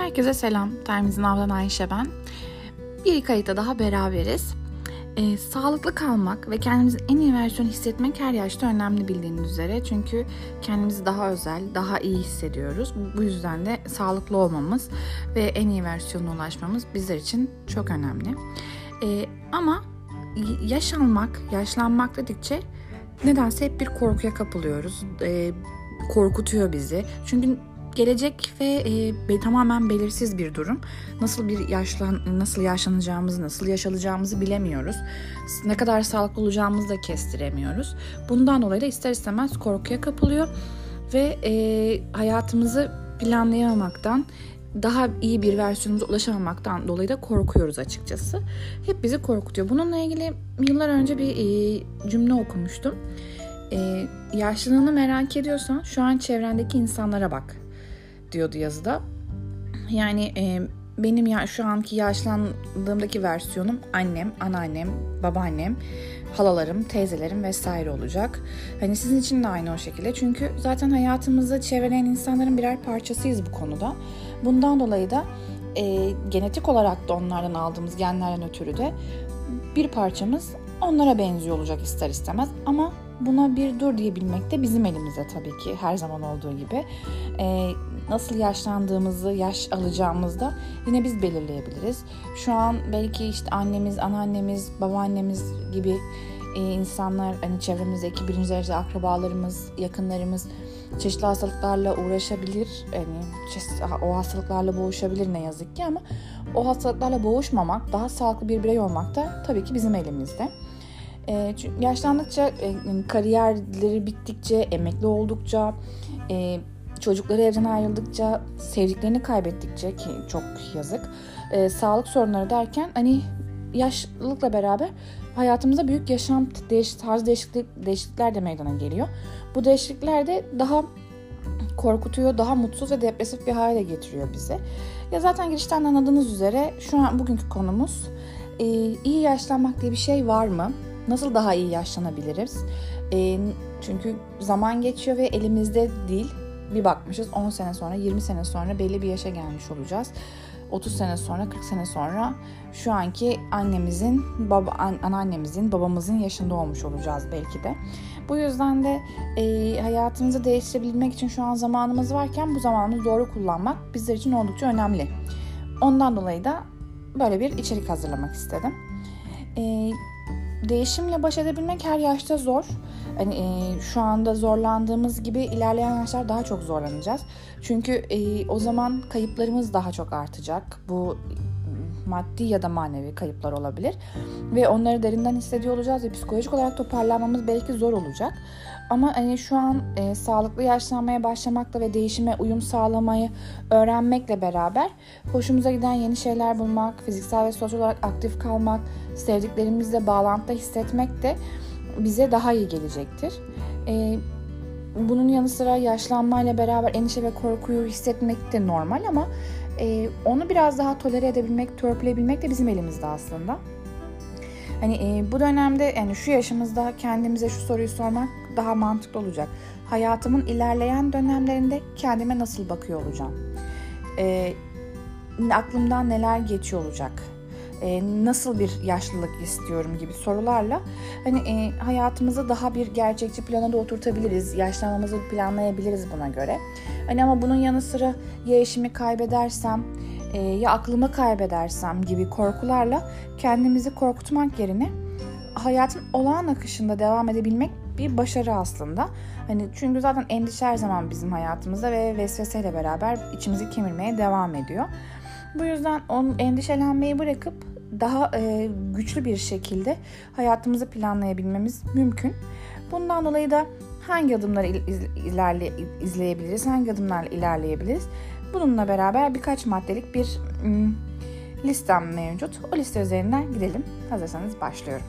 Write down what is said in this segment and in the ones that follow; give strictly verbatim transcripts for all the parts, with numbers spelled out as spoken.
Herkese selam. Termizin Avdan Ayşe ben. Bir kayıtta daha beraberiz. Ee, sağlıklı kalmak ve kendimizin en iyi versiyonu hissetmek her yaşta önemli bildiğiniz üzere. Çünkü kendimizi daha özel, daha iyi hissediyoruz. Bu yüzden de sağlıklı olmamız ve en iyi versiyonuna ulaşmamız bizler için çok önemli. Ee, ama yaş almak, yaşlanmak dedikçe nedense hep bir korkuya kapılıyoruz. Ee, korkutuyor bizi. Çünkü gelecek ve e, tamamen belirsiz bir durum. Nasıl bir yaşlan nasıl yaşlanacağımızı, nasıl yaşalacağımızı bilemiyoruz. Ne kadar sağlıklı olacağımızı da kestiremiyoruz. Bundan dolayı da ister istemez korkuya kapılıyor ve e, hayatımızı planlayamamaktan, daha iyi bir versiyonumuza ulaşamamaktan dolayı da korkuyoruz açıkçası. Hep bizi korkutuyor. Bununla ilgili yıllar önce bir e, cümle okumuştum. E, yaşlılığını merak ediyorsan şu an çevrendeki insanlara bak diyordu yazıda. Yani e, benim ya şu anki yaşlandığımdaki versiyonum annem, anneannem, babaannem, halalarım, teyzelerim vesaire olacak. Hani sizin için de aynı o şekilde. Çünkü zaten hayatımızda çevreleyen insanların birer parçasıyız bu konuda. Bundan dolayı da e, genetik olarak da onlardan aldığımız genlerden ötürü de bir parçamız onlara benziyor olacak ister istemez. Ama buna bir dur diyebilmek de bizim elimizde tabii ki, her zaman olduğu gibi. Ee, nasıl yaşlandığımızı, yaş alacağımızda yine biz belirleyebiliriz. Şu an belki işte annemiz, anneannemiz, babaannemiz gibi e, insanlar, hani çevremizdeki birinci derece akrabalarımız, yakınlarımız çeşitli hastalıklarla uğraşabilir. Yani o hastalıklarla boğuşabilir ne yazık ki, ama o hastalıklarla boğuşmamak, daha sağlıklı bir birey olmak da tabii ki bizim elimizde. Ee, yaşlandıkça, e, kariyerleri bittikçe, emekli oldukça, e, çocukları evden ayrıldıkça, sevdiklerini kaybettikçe, ki çok yazık, e, sağlık sorunları derken hani yaşlılıkla beraber hayatımızda büyük yaşam değiş, tarz değişiklik, değişiklikler de meydana geliyor. Bu değişiklikler de daha korkutuyor, daha mutsuz ve depresif bir hale getiriyor bizi. Ya zaten girişten anladığınız üzere şu an bugünkü konumuz e, iyi yaşlanmak diye bir şey var mı? Nasıl daha iyi yaşlanabiliriz? E, çünkü zaman geçiyor ve elimizde değil. Bir bakmışız on sene sonra, yirmi sene sonra belli bir yaşa gelmiş olacağız. otuz sene sonra, kırk sene sonra şu anki annemizin, baba, anneannemizin, babamızın yaşında olmuş olacağız belki de. Bu yüzden de e, hayatımızı değiştirebilmek için şu an zamanımız varken bu zamanımızı doğru kullanmak bizler için oldukça önemli. Ondan dolayı da böyle bir içerik hazırlamak istedim. E, değişimle baş edebilmek her yaşta zor. Hani e, şu anda zorlandığımız gibi ilerleyen yaşlar daha çok zorlanacağız. Çünkü e, o zaman kayıplarımız daha çok artacak. Bu maddi ya da manevi kayıplar olabilir. Ve onları derinden hissediyor olacağız ve psikolojik olarak toparlanmamız belki zor olacak. Ama hani şu an e, sağlıklı yaşlanmaya başlamakla ve değişime uyum sağlamayı öğrenmekle beraber hoşumuza giden yeni şeyler bulmak, fiziksel ve sosyal olarak aktif kalmak, sevdiklerimizle bağlantıda hissetmek de bize daha iyi gelecektir. Ee, bunun yanı sıra yaşlanmayla beraber endişe ve korkuyu hissetmek de normal, ama e, onu biraz daha tolere edebilmek, törpüleyebilmek de bizim elimizde aslında. Hani e, bu dönemde, yani şu yaşımızda kendimize şu soruyu sormak daha mantıklı olacak. Hayatımın ilerleyen dönemlerinde kendime nasıl bakıyor olacağım? E, aklımdan neler geçiyor olacak? E, nasıl bir yaşlılık istiyorum gibi sorularla hani e, hayatımızı daha bir gerçekçi plana da oturtabiliriz. Yaşlanmamızı planlayabiliriz buna göre. Hani ama bunun yanı sıra ya eşimi kaybedersem, e, ya aklımı kaybedersem gibi korkularla kendimizi korkutmak yerine hayatın olağan akışında devam edebilmek bir başarı aslında. Hani çünkü zaten endişe her zaman bizim hayatımızda ve vesveseyle beraber içimizi kemirmeye devam ediyor. Bu yüzden onu endişelenmeyi bırakıp daha e, güçlü bir şekilde hayatımızı planlayabilmemiz mümkün. Bundan dolayı da hangi adımları iz, ilerle, izleyebiliriz, hangi adımlarla ilerleyebiliriz? Bununla beraber birkaç maddelik bir ım, listem mevcut. O liste üzerinden gidelim. Hazırsanız başlıyorum.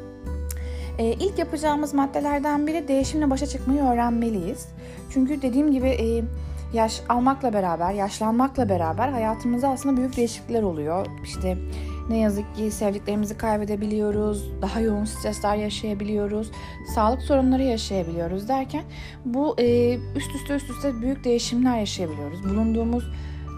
E, ilk yapacağımız maddelerden biri değişimle başa çıkmayı öğrenmeliyiz. Çünkü dediğim gibi e, yaş almakla beraber, yaşlanmakla beraber hayatımızda aslında büyük değişiklikler oluyor. İşte ne yazık ki sevdiklerimizi kaybedebiliyoruz, daha yoğun stresler yaşayabiliyoruz, sağlık sorunları yaşayabiliyoruz derken bu e, üst üste üst üste büyük değişimler yaşayabiliyoruz. Bulunduğumuz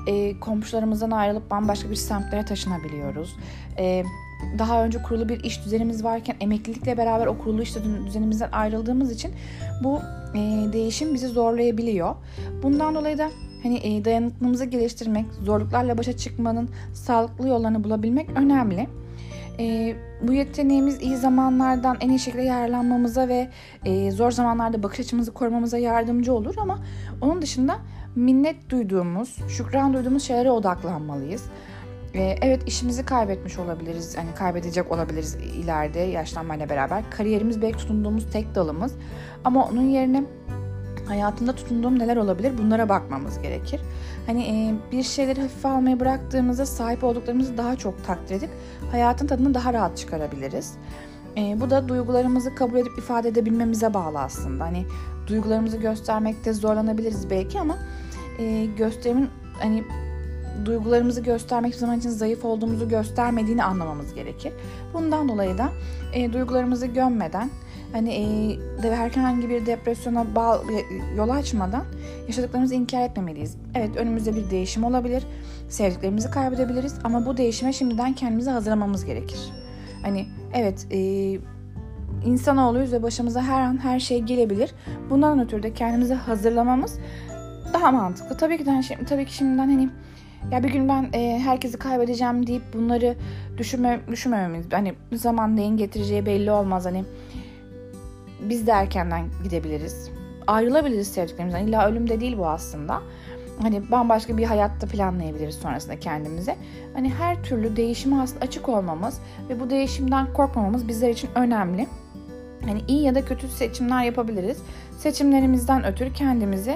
e, komşularımızdan ayrılıp bambaşka bir semtlere taşınabiliyoruz. E, daha önce kurulu bir iş düzenimiz varken emeklilikle beraber o kurulu iş düzenimizden ayrıldığımız için bu e, değişim bizi zorlayabiliyor. Bundan dolayı da hani e, dayanıklılığımızı geliştirmek, zorluklarla başa çıkmanın sağlıklı yollarını bulabilmek önemli. E, bu yeteneğimiz iyi zamanlardan en iyi şekilde yararlanmamıza ve e, zor zamanlarda bakış açımızı korumamıza yardımcı olur ama onun dışında minnet duyduğumuz, şükran duyduğumuz şeylere odaklanmalıyız. E, evet işimizi kaybetmiş olabiliriz, hani kaybedecek olabiliriz ileride yaşlanmayla beraber. Kariyerimiz belki tutunduğumuz tek dalımız ama onun yerine hayatında tutunduğum neler olabilir? Bunlara bakmamız gerekir. Hani e, bir şeyleri hafife almaya bıraktığımızda sahip olduklarımızı daha çok takdir edip hayatın tadını daha rahat çıkarabiliriz. E, bu da duygularımızı kabul edip ifade edebilmemize bağlı aslında. Hani duygularımızı göstermekte zorlanabiliriz belki ama e, gösterimin hani duygularımızı göstermek zaman için zayıf olduğumuzu göstermediğini anlamamız gerekir. Bundan dolayı da e, duygularımızı gömmeden hani e, de herhangi bir depresyona bağ, yol açmadan yaşadıklarımızı inkar etmemeliyiz. Evet önümüzde bir değişim olabilir, sevdiklerimizi kaybedebiliriz ama bu değişime şimdiden kendimizi hazırlamamız gerekir. Hani evet e, insanoğluyuz ve başımıza her an her şey gelebilir. Bundan ötürü de kendimizi hazırlamamız daha mantıklı. Tabii ki de tabii ki şimdiden hani ya bir gün ben e, herkesi kaybedeceğim deyip bunları düşünme, düşünmememiz, hani zaman neyin getireceği belli olmaz. Hani biz de erkenden gidebiliriz, ayrılabiliriz sevdiklerimizden. İlla ölüm de değil bu aslında. Hani bambaşka bir hayatta planlayabiliriz sonrasında kendimize. Hani her türlü değişime aslında açık olmamız ve bu değişimden korkmamamız bizler için önemli. Hani iyi ya da kötü seçimler yapabiliriz. Seçimlerimizden ötürü kendimizi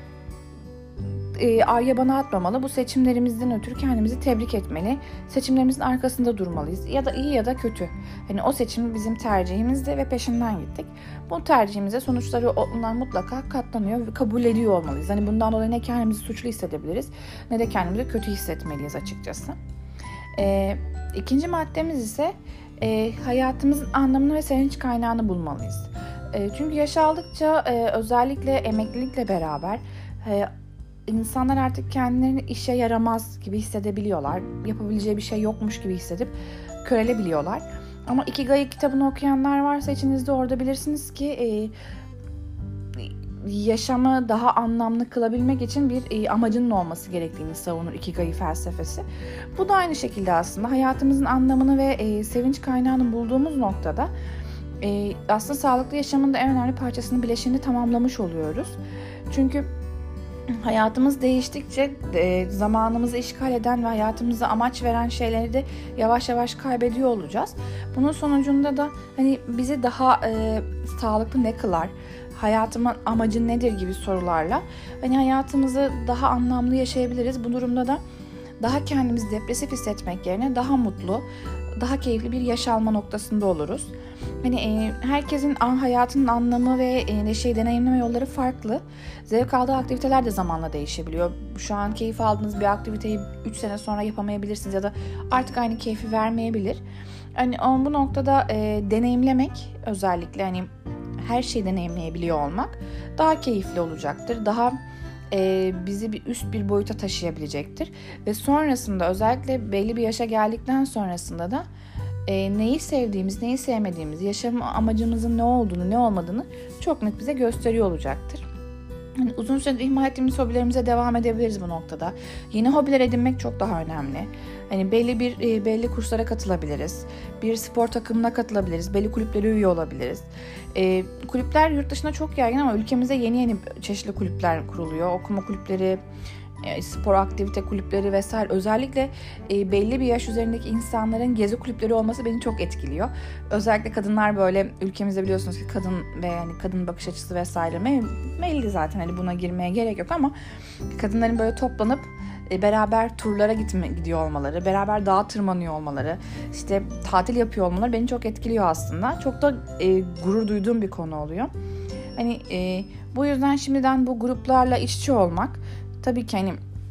E, arya bana atmamalı. Bu seçimlerimizden ötürü kendimizi tebrik etmeli. Seçimlerimizin arkasında durmalıyız. Ya da iyi ya da kötü. Hani o seçim bizim tercihimizdi ve peşinden gittik. Bu tercihimize sonuçları ondan mutlaka katlanıyor ve kabul ediyor olmalıyız. Hani bundan dolayı ne kendimizi suçlu hissedebiliriz ne de kendimizi kötü hissetmeliyiz açıkçası. E, ikinci maddemiz ise e, hayatımızın anlamını ve sevinç kaynağını bulmalıyız. E, çünkü yaş aldıkça e, özellikle emeklilikle beraber e, İnsanlar artık kendilerini işe yaramaz gibi hissedebiliyorlar. Yapabileceği bir şey yokmuş gibi hissedip körelebiliyorlar. Ama Ikigai kitabını okuyanlar varsa içinizde orada bilirsiniz ki e, yaşamı daha anlamlı kılabilmek için bir e, amacının olması gerektiğini savunur Ikigai felsefesi. Bu da aynı şekilde aslında hayatımızın anlamını ve e, sevinç kaynağını bulduğumuz noktada e, aslında sağlıklı yaşamın da en önemli parçasını, bileşeni tamamlamış oluyoruz. Çünkü hayatımız değiştikçe e, zamanımızı işgal eden ve hayatımıza amaç veren şeyleri de yavaş yavaş kaybediyor olacağız. Bunun sonucunda da hani bizi daha e, sağlıklı ne kılar, hayatımın amacı nedir gibi sorularla hani hayatımızı daha anlamlı yaşayabiliriz. Bu durumda da daha kendimizi depresif hissetmek yerine daha mutlu, daha keyifli bir yaş alma noktasında oluruz. Hani e, herkesin hayatının anlamı ve e, neşeyi deneyimleme yolları farklı. Zevk aldığı aktiviteler de zamanla değişebiliyor. Şu an keyif aldığınız bir aktiviteyi üç sene sonra yapamayabilirsiniz ya da artık aynı keyfi vermeyebilir. Hani bu noktada e, deneyimlemek, özellikle hani her şeyi deneyimleyebiliyor olmak daha keyifli olacaktır. Daha e, bizi bir üst bir boyuta taşıyabilecektir. Ve sonrasında özellikle belli bir yaşa geldikten sonrasında da E, neyi sevdiğimiz, neyi sevmediğimiz, yaşam amacımızın ne olduğunu, ne olmadığını çok net bize gösteriyor olacaktır. Yani uzun süredir ihmal ettiğimiz hobilerimize devam edebiliriz bu noktada. Yeni hobiler edinmek çok daha önemli. Hani belli bir e, belli kurslara katılabiliriz. Bir spor takımına katılabiliriz. Belli kulüplere üye olabiliriz. E, kulüpler yurt dışında çok yaygın ama ülkemizde yeni yeni çeşitli kulüpler kuruluyor. Okuma kulüpleri, spor aktivite kulüpleri vesaire. Özellikle e, belli bir yaş üzerindeki insanların gezi kulüpleri olması beni çok etkiliyor. Özellikle kadınlar böyle, ülkemizde biliyorsunuz ki kadın ve yani kadın bakış açısı vesaire meyilli zaten, hani buna girmeye gerek yok ama kadınların böyle toplanıp e, beraber turlara gitme, gidiyor olmaları, beraber dağa tırmanıyor olmaları, işte tatil yapıyor olmaları beni çok etkiliyor aslında. Çok da e, gurur duyduğum bir konu oluyor. Hani e, bu yüzden şimdiden bu gruplarla işçi olmak, tabii ki hani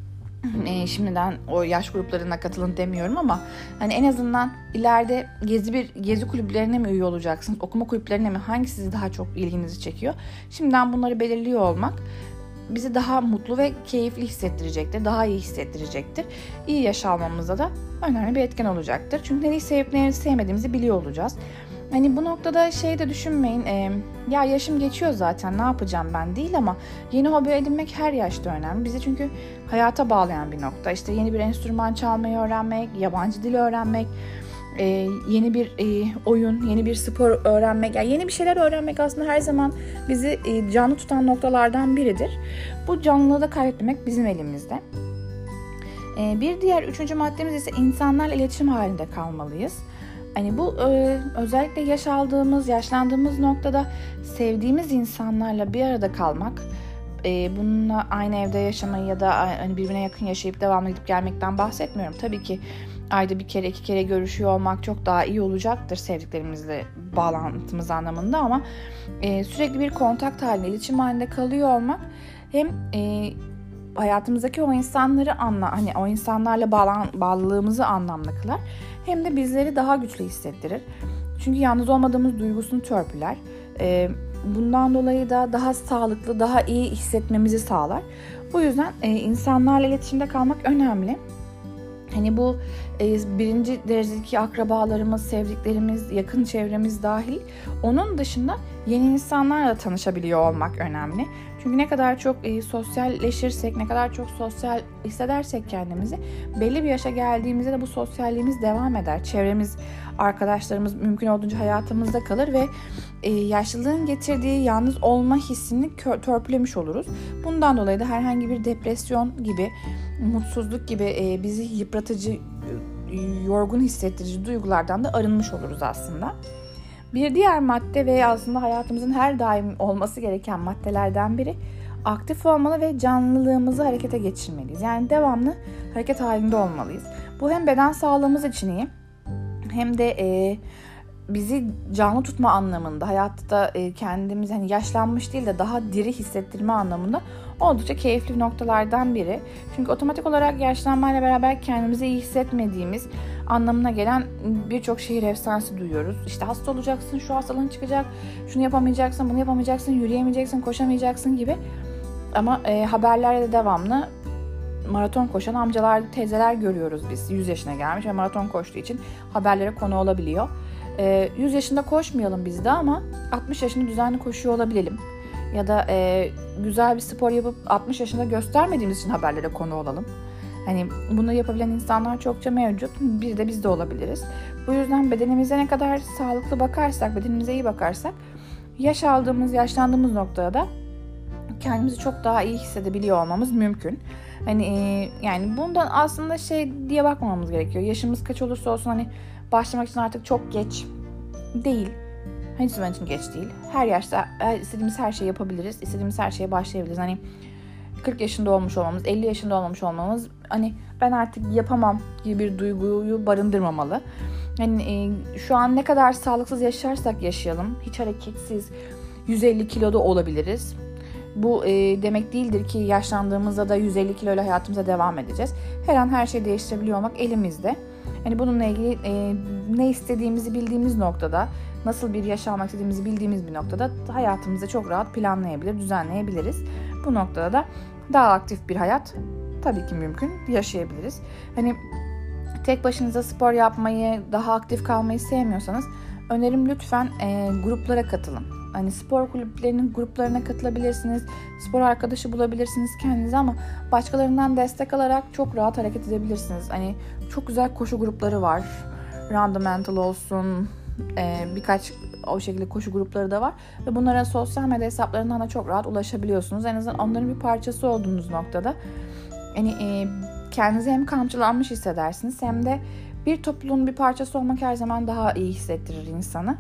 e, şimdiden o yaş gruplarına katılın demiyorum ama hani en azından ileride gezi bir gezi kulüplerine mi üye olacaksınız, okuma kulüplerine mi, hangisi sizi daha çok ilginizi çekiyor? Şimdiden bunları belirliyor olmak bizi daha mutlu ve keyifli hissettirecektir, daha iyi hissettirecektir. İyi yaş almamızda da önemli bir etken olacaktır. Çünkü nereyi sevip nereyi sevmediğimizi biliyor olacağız. Hani bu noktada şey de düşünmeyin, e, ya yaşım geçiyor zaten ne yapacağım ben değil, ama yeni hobi edinmek her yaşta önemli. Bizi çünkü hayata bağlayan bir nokta. İşte yeni bir enstrüman çalmayı öğrenmek, yabancı dil öğrenmek, e, yeni bir e, oyun, yeni bir spor öğrenmek, yani yeni bir şeyler öğrenmek aslında her zaman bizi e, canlı tutan noktalardan biridir. Bu canlılığı da kaybetmemek bizim elimizde. E, bir diğer üçüncü maddemiz ise insanlarla iletişim halinde kalmalıyız. Hani bu e, özellikle yaş aldığımız, yaşlandığımız noktada sevdiğimiz insanlarla bir arada kalmak, e, bununla aynı evde yaşamayı ya da hani birbirine yakın yaşayıp devamlı gidip gelmekten bahsetmiyorum. Tabii ki ayda bir kere iki kere görüşüyor olmak çok daha iyi olacaktır sevdiklerimizle bağlantımız anlamında, ama e, sürekli bir kontak halinde, iletişim halinde kalıyor olmak hem e, hayatımızdaki o insanları anla, hani o insanlarla bağlan, bağlılığımızı anlamlı kılar, hem de bizleri daha güçlü hissettirir. Çünkü yalnız olmadığımız duygusunu törpüler. E, bundan dolayı da daha sağlıklı, daha iyi hissetmemizi sağlar. Bu yüzden e, insanlarla iletişimde kalmak önemli. Hani bu e, birinci derecedeki akrabalarımız, sevdiklerimiz, yakın çevremiz dahil, onun dışında yeni insanlarla tanışabiliyor olmak önemli. Çünkü ne kadar çok e, sosyalleşirsek, ne kadar çok sosyal hissedersek kendimizi, belli bir yaşa geldiğimizde de bu sosyalliğimiz devam eder. Çevremiz, arkadaşlarımız mümkün olduğunca hayatımızda kalır ve e, yaşlılığın getirdiği yalnız olma hissini kö- törpülemiş oluruz. Bundan dolayı da herhangi bir depresyon gibi, mutsuzluk gibi e, bizi yıpratıcı, yorgun hissettirici duygulardan da arınmış oluruz aslında. Bir diğer madde ve aslında hayatımızın her daim olması gereken maddelerden biri, aktif olmalı ve canlılığımızı harekete geçirmeliyiz. Yani devamlı hareket halinde olmalıyız. Bu hem beden sağlığımız için iyi, hem de e, bizi canlı tutma anlamında, hayatta e, kendimizi hani yaşlanmış değil de daha diri hissettirme anlamında oldukça keyifli noktalardan biri. Çünkü otomatik olarak yaşlanmayla beraber kendimizi iyi hissetmediğimiz anlamına gelen birçok şehir efsanesi duyuyoruz. İşte hasta olacaksın, şu hastalığın çıkacak, şunu yapamayacaksın, bunu yapamayacaksın, yürüyemeyeceksin, koşamayacaksın gibi. Ama e, haberlerde de devamlı maraton koşan amcalar, teyzeler görüyoruz biz. yüz yaşına gelmiş ve maraton koştuğu için haberlere konu olabiliyor. E, yüz yaşında koşmayalım biz de, ama altmış yaşında düzenli koşuyor olabilelim. Ya da e, güzel bir spor yapıp altmış yaşında göstermediğimiz için haberlere konu olalım. Hani bunu yapabilen insanlar çokça mevcut. Bir de biz de olabiliriz. Bu yüzden bedenimize ne kadar sağlıklı bakarsak, bedenimize iyi bakarsak, yaş aldığımız, yaşlandığımız noktada da kendimizi çok daha iyi hissedebiliyor olmamız mümkün. Hani e, yani bundan aslında şey diye bakmamamız gerekiyor. Yaşımız kaç olursa olsun hani başlamak için artık çok geç değil. Hiç zaman için geç değil. Her yaşta istediğimiz her şeyi yapabiliriz. İstediğimiz her şeye başlayabiliriz. Hani kırk yaşında olmuş olmamız, elli yaşında olmamış olmamız hani ben artık yapamam gibi bir duyguyu barındırmamalı. Yani e, şu an ne kadar sağlıksız yaşarsak yaşayalım, hiç hareketsiz yüz elli kiloda olabiliriz. Bu e, demek değildir ki yaşlandığımızda da yüz elli kiloyla hayatımıza devam edeceğiz. Her an her şeyi değiştirebiliyor olmak elimizde. Yani bununla ilgili e, ne istediğimizi bildiğimiz noktada, nasıl bir yaş almak istediğimizi bildiğimiz bir noktada hayatımızı çok rahat planlayabilir, düzenleyebiliriz. Bu noktada da daha aktif bir hayat tabii ki mümkün, yaşayabiliriz. Hani tek başınıza spor yapmayı, daha aktif kalmayı sevmiyorsanız önerim lütfen e, gruplara katılın. Hani spor kulüplerinin gruplarına katılabilirsiniz, spor arkadaşı bulabilirsiniz kendinize, ama başkalarından destek alarak çok rahat hareket edebilirsiniz. Hani çok güzel koşu grupları var. Randamental olsun, e, birkaç o şekilde koşu grupları da var ve bunlara sosyal medya hesaplarından da çok rahat ulaşabiliyorsunuz. En azından onların bir parçası olduğunuz noktada yani e, kendinizi hem kamçılanmış hissedersiniz, hem de bir topluluğun bir parçası olmak her zaman daha iyi hissettirir insanı.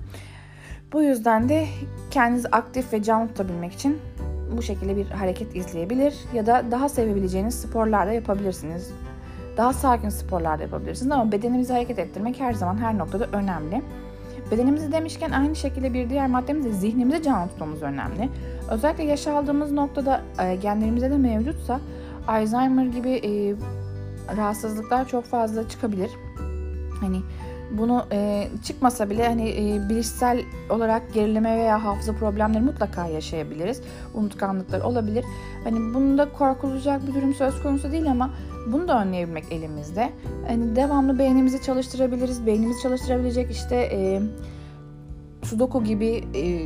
Bu yüzden de kendinizi aktif ve canlı tutabilmek için bu şekilde bir hareket izleyebilir ya da daha sevebileceğiniz sporlar da yapabilirsiniz. Daha sakin sporlar da yapabilirsiniz, ama bedenimizi hareket ettirmek her zaman her noktada önemli. Bedenimizi demişken aynı şekilde bir diğer maddemiz de zihnimizi canlı tutmamız önemli. Özellikle yaş aldığımız noktada e, genlerimizde de mevcutsa Alzheimer gibi e, rahatsızlıklar çok fazla çıkabilir. Hani Bunu e, çıkmasa bile hani e, bilişsel olarak gerileme veya hafıza problemleri mutlaka yaşayabiliriz. Unutkanlıklar olabilir. Hani bunda korkulacak bir durum söz konusu değil ama bunu da önleyebilmek elimizde. Hani devamlı beynimizi çalıştırabiliriz. Beynimizi çalıştırabilecek işte e, sudoku gibi e,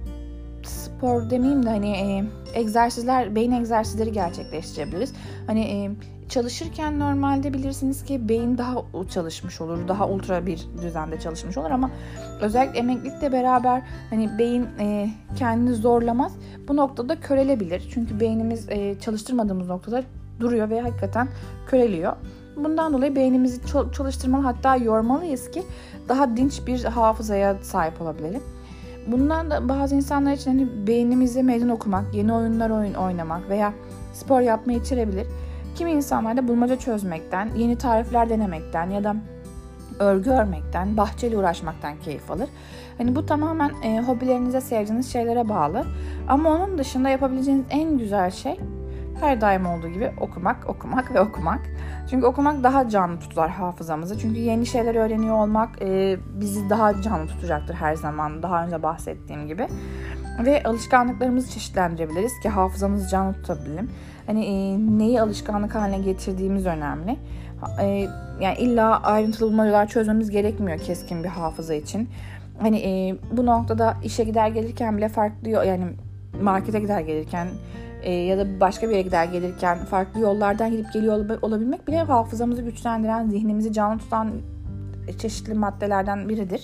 spor demeyeyim de hani e, egzersizler, beyin egzersizleri gerçekleştirebiliriz. Hani e, çalışırken normalde bilirsiniz ki beyin daha çalışmış olur, daha ultra bir düzende çalışmış olur ama özellikle emeklilikle beraber hani beyin e, kendini zorlamaz. Bu noktada körelebilir. Çünkü beynimiz e, çalıştırmadığımız noktada duruyor ve hakikaten köreliyor. Bundan dolayı beynimizi çalıştırmalı, hatta yormalıyız ki daha dinç bir hafızaya sahip olabilelim. Bundan da bazı insanlar için hani beynimize meydan okumak, yeni oyunlar oyun oynamak veya spor yapmayı içerebilir. Kimi insanlar da bulmaca çözmekten, yeni tarifler denemekten ya da örgü örmekten, bahçeyle uğraşmaktan keyif alır. Hani bu tamamen e, hobilerinize, sevdiğiniz şeylere bağlı. Ama onun dışında yapabileceğiniz en güzel şey her daim olduğu gibi okumak, okumak ve okumak. Çünkü okumak daha canlı tutar hafızamızı. Çünkü yeni şeyler öğreniyor olmak e, bizi daha canlı tutacaktır her zaman. Daha önce bahsettiğim gibi. Ve alışkanlıklarımızı çeşitlendirebiliriz ki hafızamızı canlı tutabilelim. Hani e, neyi alışkanlık haline getirdiğimiz önemli. E, yani illa ayrıntılı bulmacalar çözmemiz gerekmiyor keskin bir hafıza için. Hani e, bu noktada işe gider gelirken bile farklı, yani markete gider gelirken e, ya da başka bir yere gider gelirken farklı yollardan gidip geliyor olabilmek bile hafızamızı güçlendiren, zihnimizi canlı tutan çeşitli maddelerden biridir.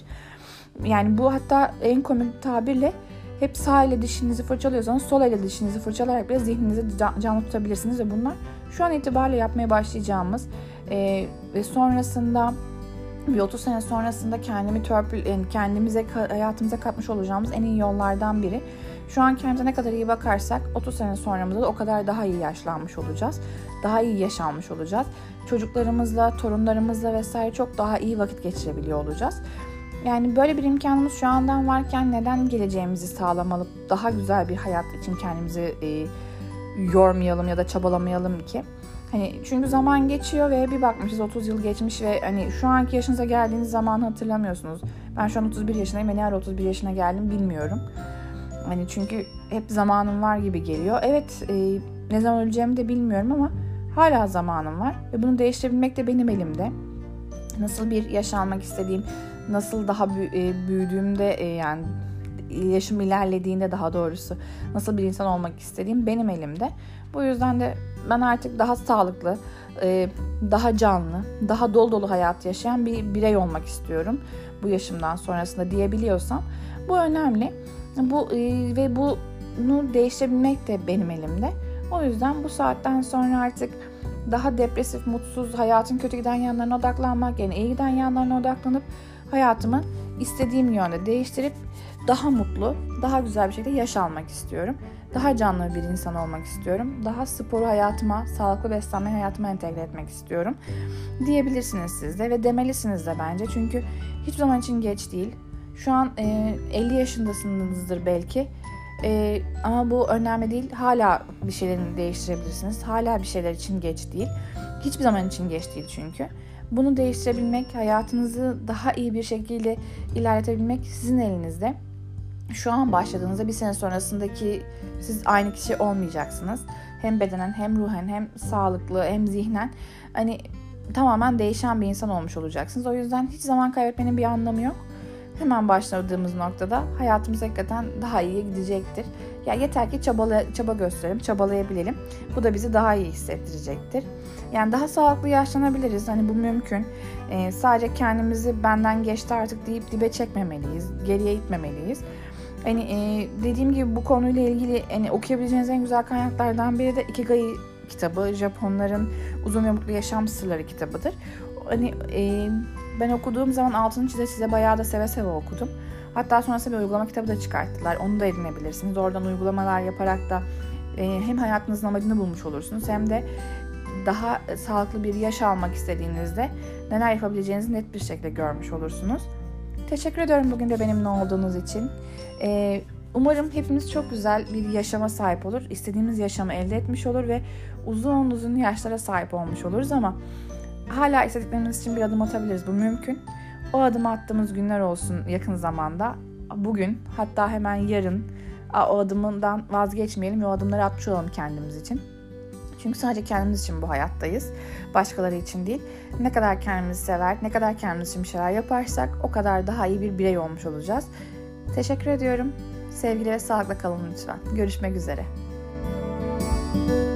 Yani bu hatta en komik tabirle hep sağ ile dişinizi fırçalıyorsanız sol ile dişinizi fırçalayarak bile zihninizi canlı tutabilirsiniz ve bunlar şu an itibariyle yapmaya başlayacağımız e, ve sonrasında bir otuz sene sonrasında kendimi törpül, yani kendimize, hayatımıza katmış olacağımız en iyi yollardan biri. Şu an kendimize ne kadar iyi bakarsak otuz sene sonramızda da o kadar daha iyi yaşlanmış olacağız. Daha iyi yaşanmış olacağız. Çocuklarımızla, torunlarımızla vesaire çok daha iyi vakit geçirebiliyor olacağız. Yani böyle bir imkanımız şu andan varken neden geleceğimizi sağlamalı, daha güzel bir hayat için kendimizi e, yormayalım ya da çabalamayalım ki? Hani çünkü zaman geçiyor ve bir bakmışız otuz yıl geçmiş ve hani şu anki yaşınıza geldiğiniz zamanı hatırlamıyorsunuz. Ben şu an otuz bir yaşındayım ve ne ara otuz bir yaşına geldim bilmiyorum. Hani çünkü hep zamanım var gibi geliyor. Evet, e, ne zaman öleceğimi de bilmiyorum ama hala zamanım var ve bunu değiştirebilmek de benim elimde. Nasıl bir yaş almak istediğim, nasıl daha büyüdüğümde, yani yaşım ilerlediğinde daha doğrusu nasıl bir insan olmak istediğim benim elimde. Bu yüzden de ben artık daha sağlıklı, daha canlı, daha dolu dolu hayat yaşayan bir birey olmak istiyorum bu yaşımdan sonrasında diyebiliyorsam. Bu önemli. Bu ve bunu değiştirebilmek de benim elimde. O yüzden bu saatten sonra artık daha depresif, mutsuz, hayatın kötü giden yanlarına odaklanmak, yani iyi giden yanlarına odaklanıp hayatımı istediğim yönde değiştirip daha mutlu, daha güzel bir şekilde yaşamak istiyorum. Daha canlı bir insan olmak istiyorum. Daha sporu hayatıma, sağlıklı beslenmeyi hayatıma entegre etmek istiyorum diyebilirsiniz siz de ve demelisiniz de bence. Çünkü hiçbir zaman için geç değil. Şu an e, elli yaşındasınızdır belki. Ee, ama bu önemli değil. Hala bir şeyleri değiştirebilirsiniz. Hala bir şeyler için geç değil. Hiçbir zaman için geç değil çünkü. Bunu değiştirebilmek, hayatınızı daha iyi bir şekilde ilerletebilmek sizin elinizde. Şu an başladığınızda bir sene sonrasındaki siz aynı kişi olmayacaksınız. Hem bedenen hem ruhen hem sağlıklı hem zihnen hani tamamen değişen bir insan olmuş olacaksınız. O yüzden hiç zaman kaybetmenin bir anlamı yok. Hemen başladığımız noktada hayatımız hakikaten daha iyiye gidecektir. Ya yeter ki çabala, çaba gösterelim, çabalayabilelim. Bu da bizi daha iyi hissettirecektir. Yani daha sağlıklı yaşlanabiliriz. Hani bu mümkün. Ee, sadece kendimizi benden geçti artık deyip dibe çekmemeliyiz. Geriye itmemeliyiz. Hani e, dediğim gibi bu konuyla ilgili hani okuyabileceğiniz en güzel kaynaklardan biri de Ikigai kitabı. Japonların Uzun ve Mutlu Yaşam Sırları kitabıdır. Hani e, ben okuduğum zaman altını çize size bayağı da seve seve okudum. Hatta sonrasında bir uygulama kitabı da çıkarttılar. Onu da edinebilirsiniz. Oradan uygulamalar yaparak da e, hem hayatınızın amacını bulmuş olursunuz hem de daha sağlıklı bir yaş almak istediğinizde neler yapabileceğinizi net bir şekilde görmüş olursunuz. Teşekkür ediyorum bugün de benimle olduğunuz için. E, umarım hepimiz çok güzel bir yaşama sahip olur. İstediğimiz yaşamı elde etmiş olur ve uzun uzun yaşlara sahip olmuş oluruz ama hala istediklerimiz için bir adım atabiliriz. Bu mümkün. O adımı attığımız günler olsun yakın zamanda. Bugün, hatta hemen yarın o adımından vazgeçmeyelim ve o adımları atmış olalım kendimiz için. Çünkü sadece kendimiz için bu hayattayız. Başkaları için değil. Ne kadar kendimizi sever, ne kadar kendimiz için bir şeyler yaparsak o kadar daha iyi bir birey olmuş olacağız. Teşekkür ediyorum. Sevgiyle ve sağlıkla kalın lütfen. Görüşmek üzere.